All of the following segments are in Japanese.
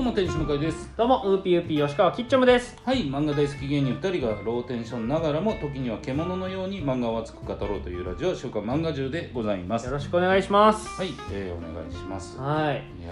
も天使向井です。 どうもウーピーウーピー吉川きっちょむです。 はい、漫画大好き芸人2人がローテンションながらも時には獣のように漫画を熱く語ろうというラジオ週刊漫画中でございます。 よろしくお願いします。 はい、お願いします。 はい。 いや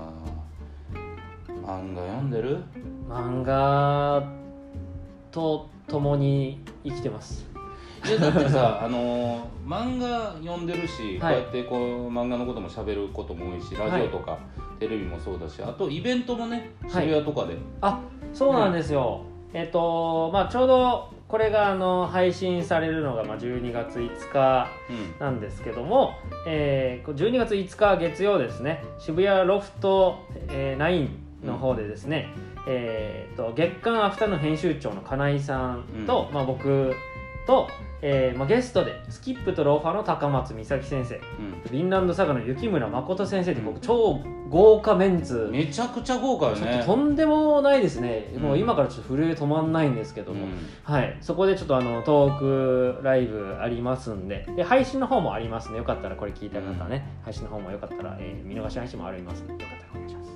ー、漫画読んでる？ 漫画と共に生きてます。 いやだってさ漫画読んでるし、 はい、 こうやってこう漫画のことも喋ることも多いし、ラジオとか、はい、テレビもそうだし、あとイベントもね、渋谷とかで、 あ、そうなんですよ、ちょうどこれが配信されるのが12月5日なんですけども、12月5日月曜ですね、渋谷ロフト、9の方でですね、月刊アフターの編集長の金井さんと、僕と、ゲストでスキップとローファーの高松美咲先生、フィンランドサガの雪村誠先生で、僕超豪華メンツ、 めちゃくちゃ豪華よね。 ちょっととんでもないですね、もう今からちょっと震え止まんないんですけども、はい、そこでちょっとトークライブありますんで、配信の方もありますね。よかったらこれ聞いた方ね、配信の方もよかったら、見逃し配信もありますので、よかったらお願いします。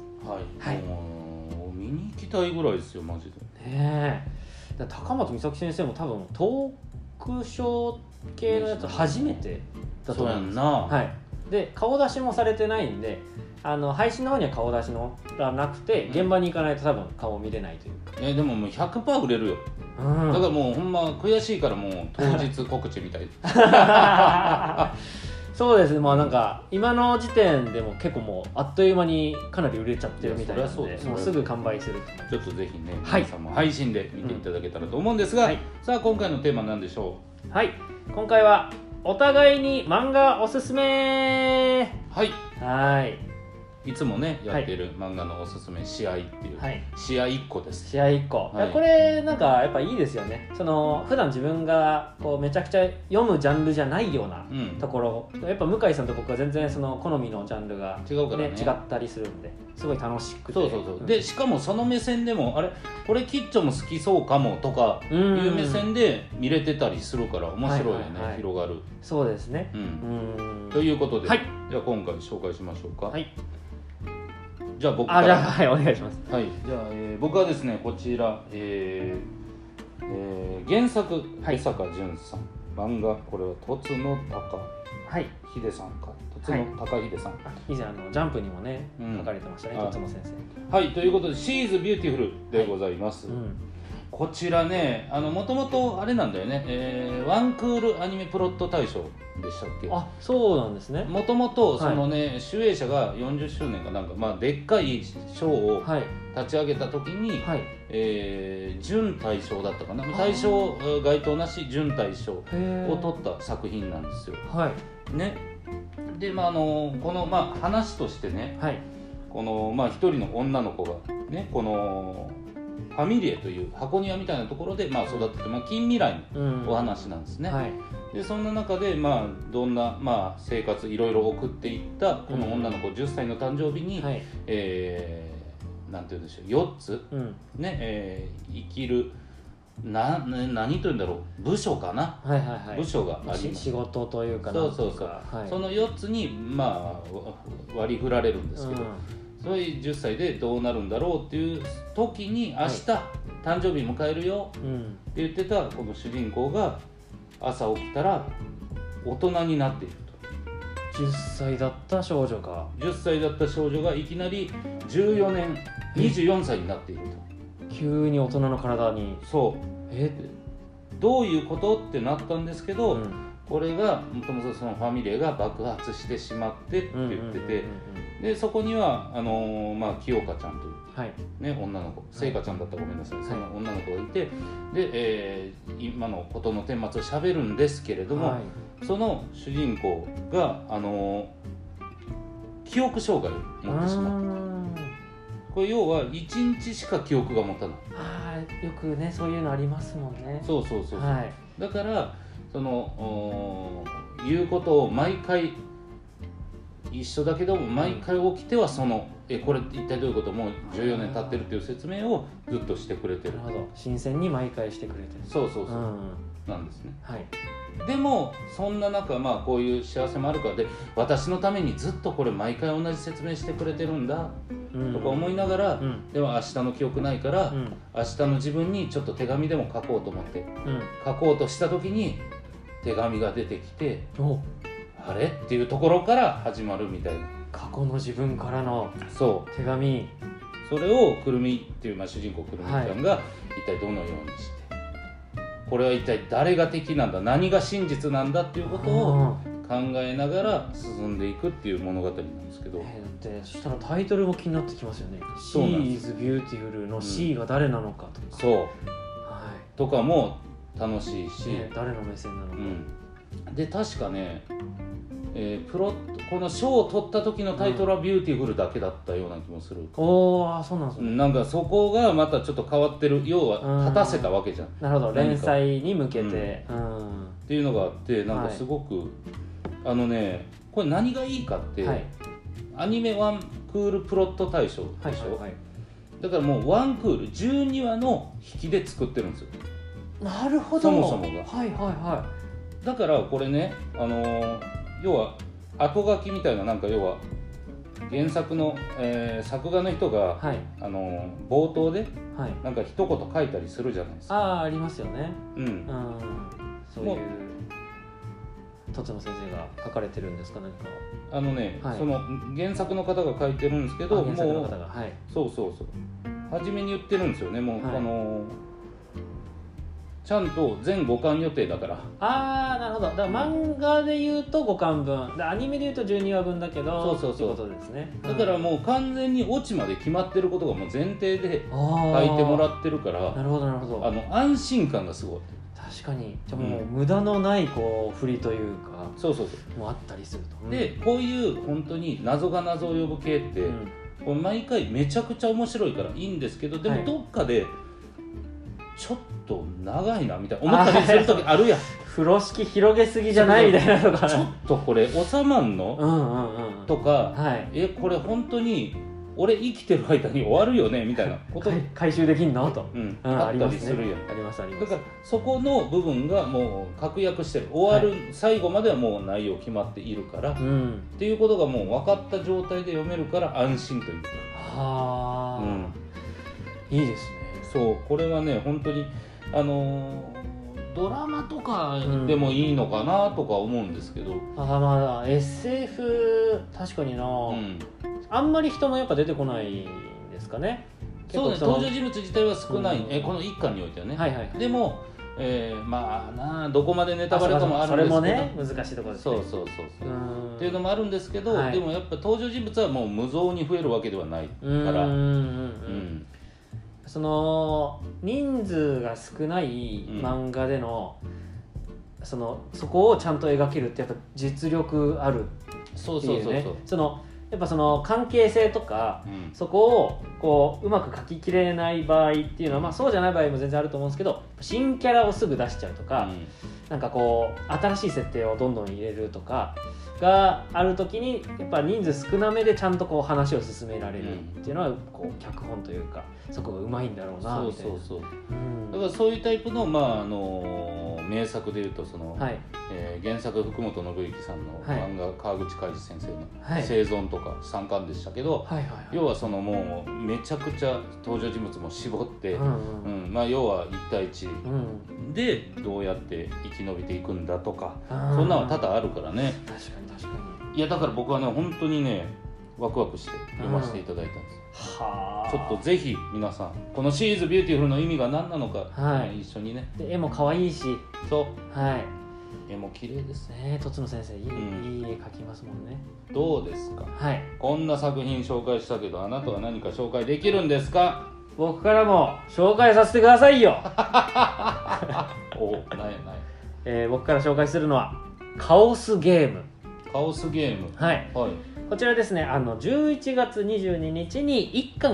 はい、もう見に行きたいぐらいですよマジで。 ねえ、高松美咲先生も多分トークショー系のやつ初めてだと思うんです。はい、で顔出しもされてないんで、配信の方には顔出しのがなくて、現場に行かないと多分顔見れないというか、 でももう 100% 売れるよ、だからもうほんま悔しいからもう当日告知みたいそうですね、なんか今の時点でも結構もうあっという間にかなり売れちゃってるみたいなので、もうすぐ完売するってちょっとぜひね、皆さんも配信で見ていただけたらと思うんですが、さあ今回のテーマは何でしょう。はい、今回はお互いに漫画おすすめ。はい、 いつもねやってる漫画のおすすめ試合っていう、試合1個です。 試合1個、これなんかやっぱいいですよね。普段自分がこうめちゃくちゃ読むジャンルじゃないようなところ、やっぱ向井さんと僕は全然好みのジャンルが、 違うからね、 違ったりするんで、すごい楽しくて、 そう、でしかもその目線でも、あれこれキッチョも好きそうかもとかいう目線で見れてたりするから面白いよね、広がる。 そうですね、 ということで、じゃあ今回紹介しましょうか。じゃあ僕から。 お願いします。 じゃあ、僕はですねこちら、原作江坂淳さん、漫画これは戸津野隆秀さんか、戸津野隆秀さん、 以前ジャンプにもね書かれてましたね、戸津野先生。ということで「シーズビューティフル」でございます。こちらね、もともとあれなんだよね、ワンクールアニメプロット大賞でしたっけ。 あ、そうなんですね。 もともとそのね、集英社が40周年かなんか、でっかい賞を立ち上げた時に、準大賞だったかな、大賞該当なし準大賞を取った作品なんですよ。ね、で、この話としてね、この一人の女の子がね、このファミリエという箱庭みたいなところで育ってて、近未来のお話なんですね。でそんな中でどんな生活いろいろ送っていったこの女の子10歳の誕生日に、なんて言うんでしょう、4つ、生きる何というんだろう、部署かな、部署があります。 仕事というか、 その4つに割り振られるんですけど、そういう10歳でどうなるんだろうっていう時に、明日誕生日迎えるよって言ってたこの主人公が朝起きたら大人になっていると。 10歳だった少女が 10歳だった少女がいきなり14年24歳になっていると。 急に大人の体に。 どういうことってなったんですけど、これがもともとそのファミリーが爆発してしまってって言ってて、でそこには清香ちゃんという、女の子、聖香ちゃんだったらごめんなさい、その女の子がいて、で、今のことの顛末をしゃべるんですけれども、その主人公が記憶障害を持ってしまった。これ要は1日しか記憶が持たない。 よくねそういうのありますもんね。 そう、だからその言うことを毎回一緒だけど毎回起きてはそのこれ一体どういうこと、もう14年経ってるっていう説明をずっとしてくれてる。 なるほど、新鮮に毎回してくれてる。 そうそうそう、なんですね。はい。でもそんな中、まあこういう幸せもあるからで、私のためにずっとこれ毎回同じ説明してくれてるんだとか思いながら、でも明日の記憶ないから、明日の自分にちょっと手紙でも書こうと思って、書こうとした時に手紙が出てきて、あれっていうところから始まるみたいな。 過去の自分からの手紙、 それをくるみっていう、主人公くるみちゃんが一体どのようにして、これは一体誰が敵なんだ、何が真実なんだっていうことを考えながら進んでいくっていう物語なんですけど、 でそしたらタイトルも気になってきますよね。 She is beautiful の C が誰なのかとか、 そう、とかも楽しいし、 誰の目線なのか、 で確かね、この賞を取った時のタイトルはビューティフルだけだったような気もする。 そうなんですね。 なんかそこがまたちょっと変わってる、要は立たせたわけじゃん。 なるほど、連載に向けて、 っていうのがあって、なんかすごく、これ何がいいかって、アニメワンクールプロット大賞でしょ。だからもうワンクール12話の引きで作ってるんですよ。 なるほど。 そもそもが。だからこれね、要は後書きみたいな、なんか要は原作の、作画の人が、冒頭で、なんか一言書いたりするじゃないですか。 ありますよね。そういうとつの先生が書かれてるんですか、何か。 その原作の方が書いてるんですけど、もうそう初めに言ってるんですよね。もう、ちゃんと全5巻予定だから。 なるほど。だから漫画で言うと5巻分、アニメで言うと12話分だけど、 そうってことですね。 だからもう完全にオチまで決まってることがもう前提で書いてもらってるから、 なるほどなるほど。 安心感がすごい。 確かに。じゃあもう無駄のない振りというか、もうあったりすると。 でこういう本当に謎が謎を呼ぶ系って、これ毎回めちゃくちゃ面白いからいいんですけど、でもどっかでちょっと長いなみたいな思ったりする時あるやん。 風呂敷広げすぎじゃないみたいなとか、 ちょっとこれ収まんのとか、これ本当に俺生きてる間に終わるよねみたいなこと回収できんのと、 あったりするやん。 ありますあります。 だからそこの部分がもう確約してる、終わる最後まではもう内容決まっているから、っていうことがもう分かった状態で読めるから安心というか。 いいですね。 そう、これはね本当にドラマとかでもいいのかなとか思うんですけど、 SF 確かにな、あんまり人もやっぱ出てこないんですかね。 そうね、登場人物自体は少ない、この一巻においてはね。でも、どこまでネタバレともあるんですけど、 それもね難しいところですね。 そうっていうのもあるんですけど、でもやっぱ登場人物はもう無造に増えるわけではないから、 その人数が少ない漫画での、そこをちゃんと描けるってやっぱ実力あるっていうね。やっぱその関係性とか、そこをこううまく書ききれない場合っていうのは、そうじゃない場合も全然あると思うんですけど、新キャラをすぐ出しちゃうとか、なんかこう新しい設定をどんどん入れるとかがある時に、やっぱ人数少なめでちゃんとこう話を進められるっていうのは、こう脚本というかそこがうまいんだろうなみたいな。 だからそういうタイプの、名作でいうと原作福本信之さんの漫画、川口海二先生の「生存」とか3巻でしたけど、要はもうめちゃくちゃ登場人物も絞って、要は1対1でどうやって生き延びていくんだとか、そんなのは多々あるからね。 確かに確かに。 いやだから僕はね本当にねワクワクして読ませていただいたんです。ちょっとぜひ皆さんこの「She is Beautiful」の意味が何なのか、一緒にね。 で絵も可愛いし、 絵も綺麗ですね。とつの先生いい絵描きますもんね。 どうですか。こんな作品紹介したけど、あなたは何か紹介できるんですか。 僕からも紹介させてくださいよ。僕から紹介するのはカオスゲーム。 カオスゲーム。 こちらですね、11月22日に1巻が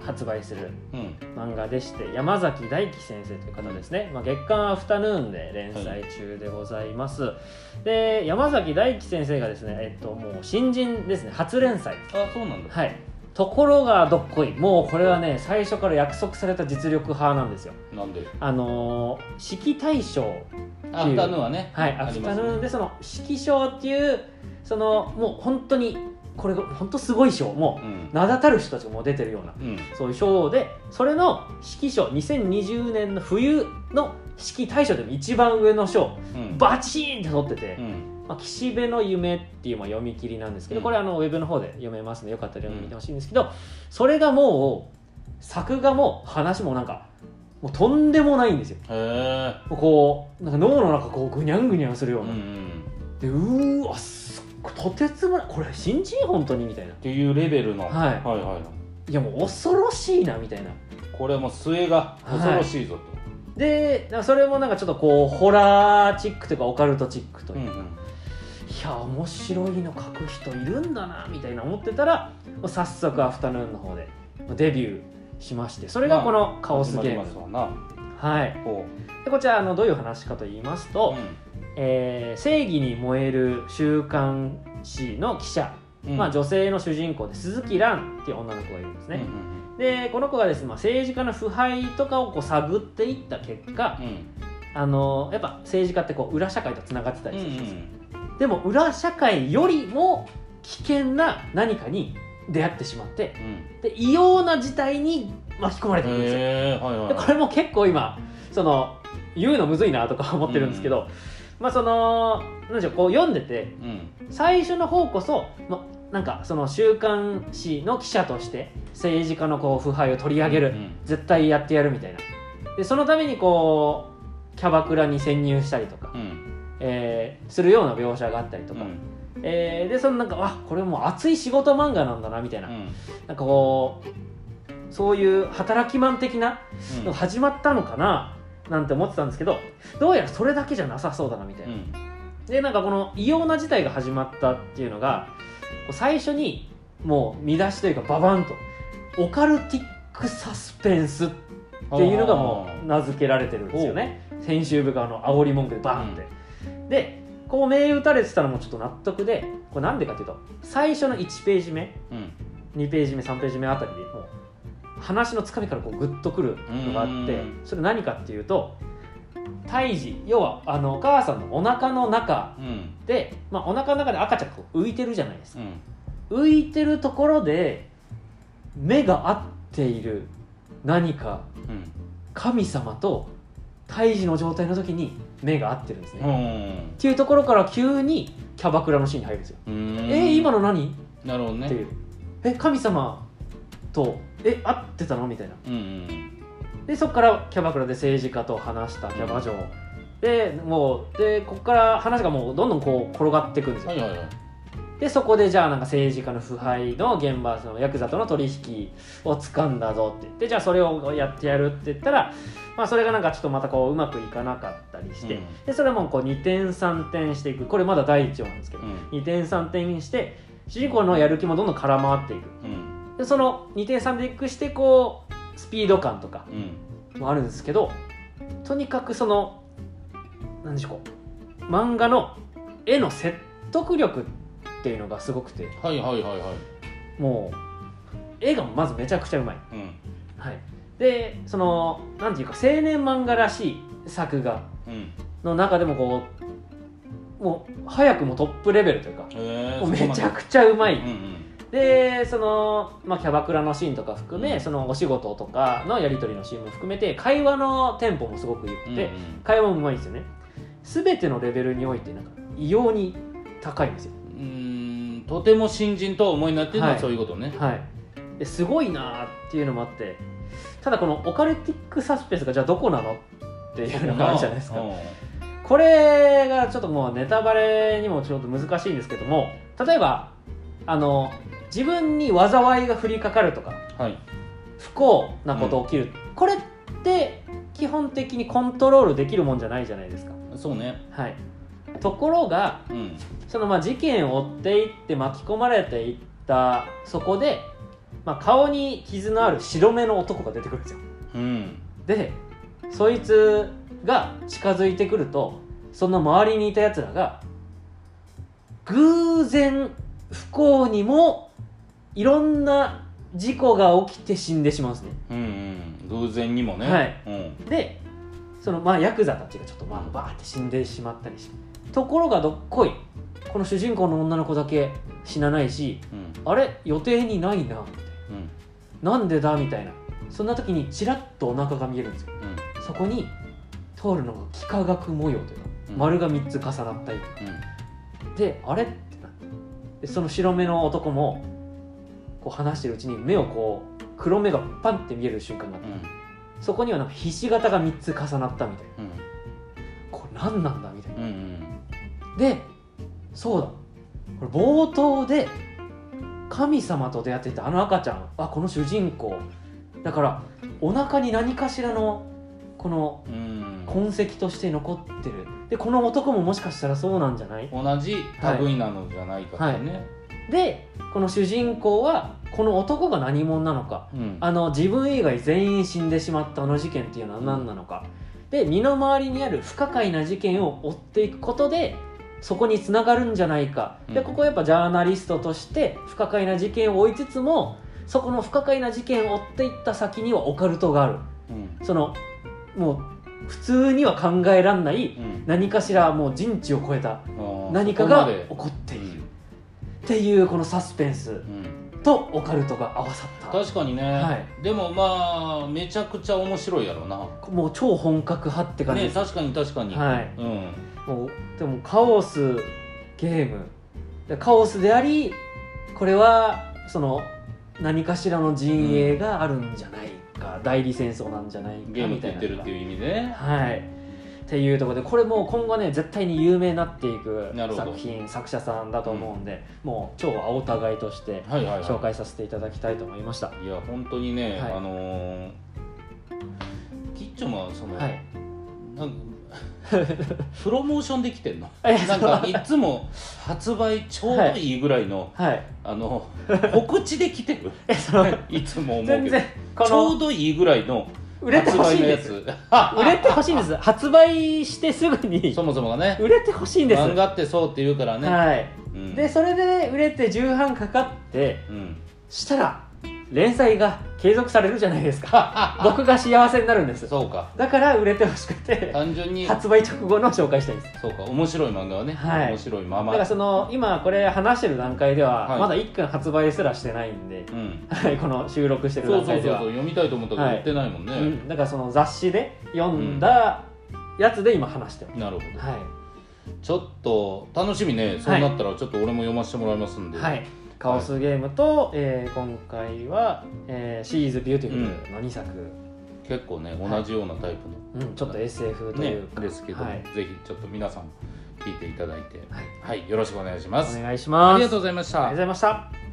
発売する漫画でして、山崎大輝先生という方ですね、月刊アフタヌーンで連載中でございます、で山崎大輝先生がですね、もう新人ですね、初連載。 あ、そうなんだ。 はい。ところがどっこい、もうこれはね最初から約束された実力派なんですよ。 なんで？ 四季大賞、 アフタヌーンはね、 はい、アフタヌーンでその四季賞っていうそのもう本当にこれが本当すごい賞、もう名だたる人たちがもう出てるような、そういう賞で、それの四季賞、2020年の冬の四季大賞でも一番上の賞、バチーンって取ってて、岸辺の夢っていう読み切りなんですけど、これウェブの方で読めますのでよかったら読んでみてほしいんですけど、それがもう作画も話もなんかもうとんでもないんですよ。こうなんか脳の中こうぐにゃんぐにゃんするような、でわとてつもない、これ信じ本当にみたいなっていうレベルの、 いやもう恐ろしいなみたいな、 これはもう末が恐ろしいぞと、 でそれもなんかちょっとこうホラーチックというかオカルトチックというか、いや面白いの書く人いるんだなみたいな思ってたら、早速アフタヌーンの方でデビューしまして、それがこのカオスゲーム、はい。でこちらどういう話かと言いますと、正義に燃える週刊誌の記者、女性の主人公で鈴木蘭っていう女の子がいるんですね、でこの子がですね、政治家の腐敗とかをこう探っていった結果、やっぱ政治家ってこう裏社会とつながってたりするんですよ、でも裏社会よりも危険な何かに出会ってしまって、で異様な事態に巻き込まれてくるんですよ、でこれも結構今その言うのむずいなとか思ってるんですけど、その何でしょう、こう読んでて、最初の方こそ、なんかその週刊誌の記者として政治家のこう腐敗を取り上げる、絶対やってやるみたいな、でそのためにこうキャバクラに潜入したりとか、するような描写があったりとか、でそのなんかこれもう熱い仕事漫画なんだなみたいな、なんかこうそういう働きマン的なのが始まったのかななんて思ってたんですけど、どうやらそれだけじゃなさそうだなみたいな、でなんかこの異様な事態が始まったっていうのが最初にもう見出しというかババンとオカルティックサスペンスっていうのがもう名付けられてるんですよね、編集部側の煽り文句でバーンって、でこう銘打たれてたのもちょっと納得で、これなんでかっていうと最初の1ページ目、2ページ目3ページ目あたりでもう話のつかみからこうグッとくるのがあって、それ何かっていうと胎児、要はお母さんのお腹の中で、お腹の中で赤ちゃんがこう浮いてるじゃないですか、浮いてるところで目が合っている何か、神様と胎児の状態の時に目が合ってるんですね、っていうところから急にキャバクラのシーンに入るんですよ。今の何？ なるほどね。 っていう神様と合ってたのみたいな、でそこからキャバクラで政治家と話したキャバ嬢、でもうでここから話がもうどんどんこう転がっていくんですよ、でそこでじゃあなんか政治家の腐敗の現場、そのヤクザとの取引を掴んだぞって言って、じゃあそれをやってやるって言ったら、それがなんかちょっとまたこううまくいかなかったりして、でそれもこう2点3点していく、これまだ第1話なんですけど、2点3点して主人公のやる気もどんどん空回っていく、でその2点3点してこうスピード感とかもあるんですけど、とにかくその何でしょう、漫画の絵の説得力っていうのがすごくて、もう絵がまずめちゃくちゃうまい、でそのなんていうか青年漫画らしい作画の中でもこうもう早くもトップレベルというか、もうめちゃくちゃうまい、でその、キャバクラのシーンとか含め、そのお仕事とかのやり取りのシーンも含めて会話のテンポもすごく良くて、会話もうまいんですよね。全てのレベルにおいてなんか異様に高いんですよ。 とても新人と思いになってるのはそういうことね。 ですごいなっていうのもあって、ただこのオカルティックサスペンスがじゃあどこなのっていうのがあるじゃないですか。これがちょっともうネタバレにもちょっと難しいんですけども、例えば自分に災いが降りかかるとか、不幸なこと起きる、これって基本的にコントロールできるもんじゃないじゃないですか。 そうね。 ところが、その事件を追っていって巻き込まれていったそこでまあ、顔に傷のある白目の男が出てくるんですよ、 うん、 でそいつが近づいてくるとその周りにいたやつらが偶然不幸にもいろんな事故が起きて死んでしまうんですね、 うんうん、偶然にもね、 はい、 うん、 でそのまあヤクザたちがちょっとまあバーって死んでしまったりして、ところがどっこいこの主人公の女の子だけ死なないし、うん、あれ予定にないなみたいな、うん、なんでだみたいな、そんな時にチラッとお腹が見えるんですよ、うん、そこに通るのが幾何学模様というか、うん、丸が3つ重なったよ、うん、であれってなってでその白目の男もこう話してるうちに目をこう黒目がパンって見える瞬間があって、うん、そこにはなんかひし形が3つ重なったみたいな、うん、これ何なんだみたいな、うんうん、でそうだこれ冒頭で神様と出会っていたあの赤ちゃん、あこの主人公だからお腹に何かしらのこの痕跡として残ってる、でこの男ももしかしたらそうなんじゃない、 同じ類なのじゃないかってね、はいはい、 でこの主人公はこの男が何者なのか、うん、自分以外全員死んでしまったあの事件っていうのは何なのか、で身の回りにある不可解な事件を追っていくことでそこに繋がるんじゃないか、でここはやっぱジャーナリストとして不可解な事件を追いつつもそこの不可解な事件を追っていった先にはオカルトがある、うん、そのもう普通には考えらんない何かしらもう人知を超えた何かが起こっているっていうこのサスペンスとオカルトが合わさった、 確かにね、はい、でもまあめちゃくちゃ面白いやろうな、 もう超本格派って感じです、 ね、確かに確かに、 はい、うん、もうでもカオスゲームでカオスでありこれはその何かしらの陣営があるんじゃないか、代理戦争なんじゃないかみたいな、 ゲームって言ってるっていう意味でね、 はいっていうところでこれもう今後ね絶対に有名になっていく作品作者さんだと思うんで、うん、もう超青互いとして紹介させていただきたいと思いました、 いや本当にね、はい、キッチョマはその、はい、なんかプロモーションできてんのなんかいつも発売ちょうどいいぐらいの、はい、告知できてるいつも思うけど全然ちょうどいいぐらいの売れてほしいんです売れてほしいんです発売してすぐにそもそもがね売れてほしいんです、 漫画ってそうって言うからね、 はい、うん、でそれで売れて重版かかって、うん、したら連載が継続されるじゃないですか僕が幸せになるんです、 そうか、 だから売れてほしくて単純に発売直後の紹介したいんです、 そうか面白い漫画はね、はい、面白いままだからその今これ話してる段階では、はい、まだ1巻発売すらしてないんで、うんはい、この収録してる段階ではそう読みたいと思ったけど売ってないもんね、はい、うん、 だからその雑誌で読んだやつで今話してます、 なるほど、 はい、 ちょっと楽しみね、そうなったらちょっと俺も読ませてもらいますんで、 はい、カオスゲームと、今回は、シーズビューティフルの2作、 結構ね同じようなタイプの、 うん、ちょっと SF というか、 ね、ですけど、はい、ぜひちょっと皆さん聞いていただいて、 はい、 はい、よろしくお願いします。 お願いします。 ありがとうございました。 ありがとうございました。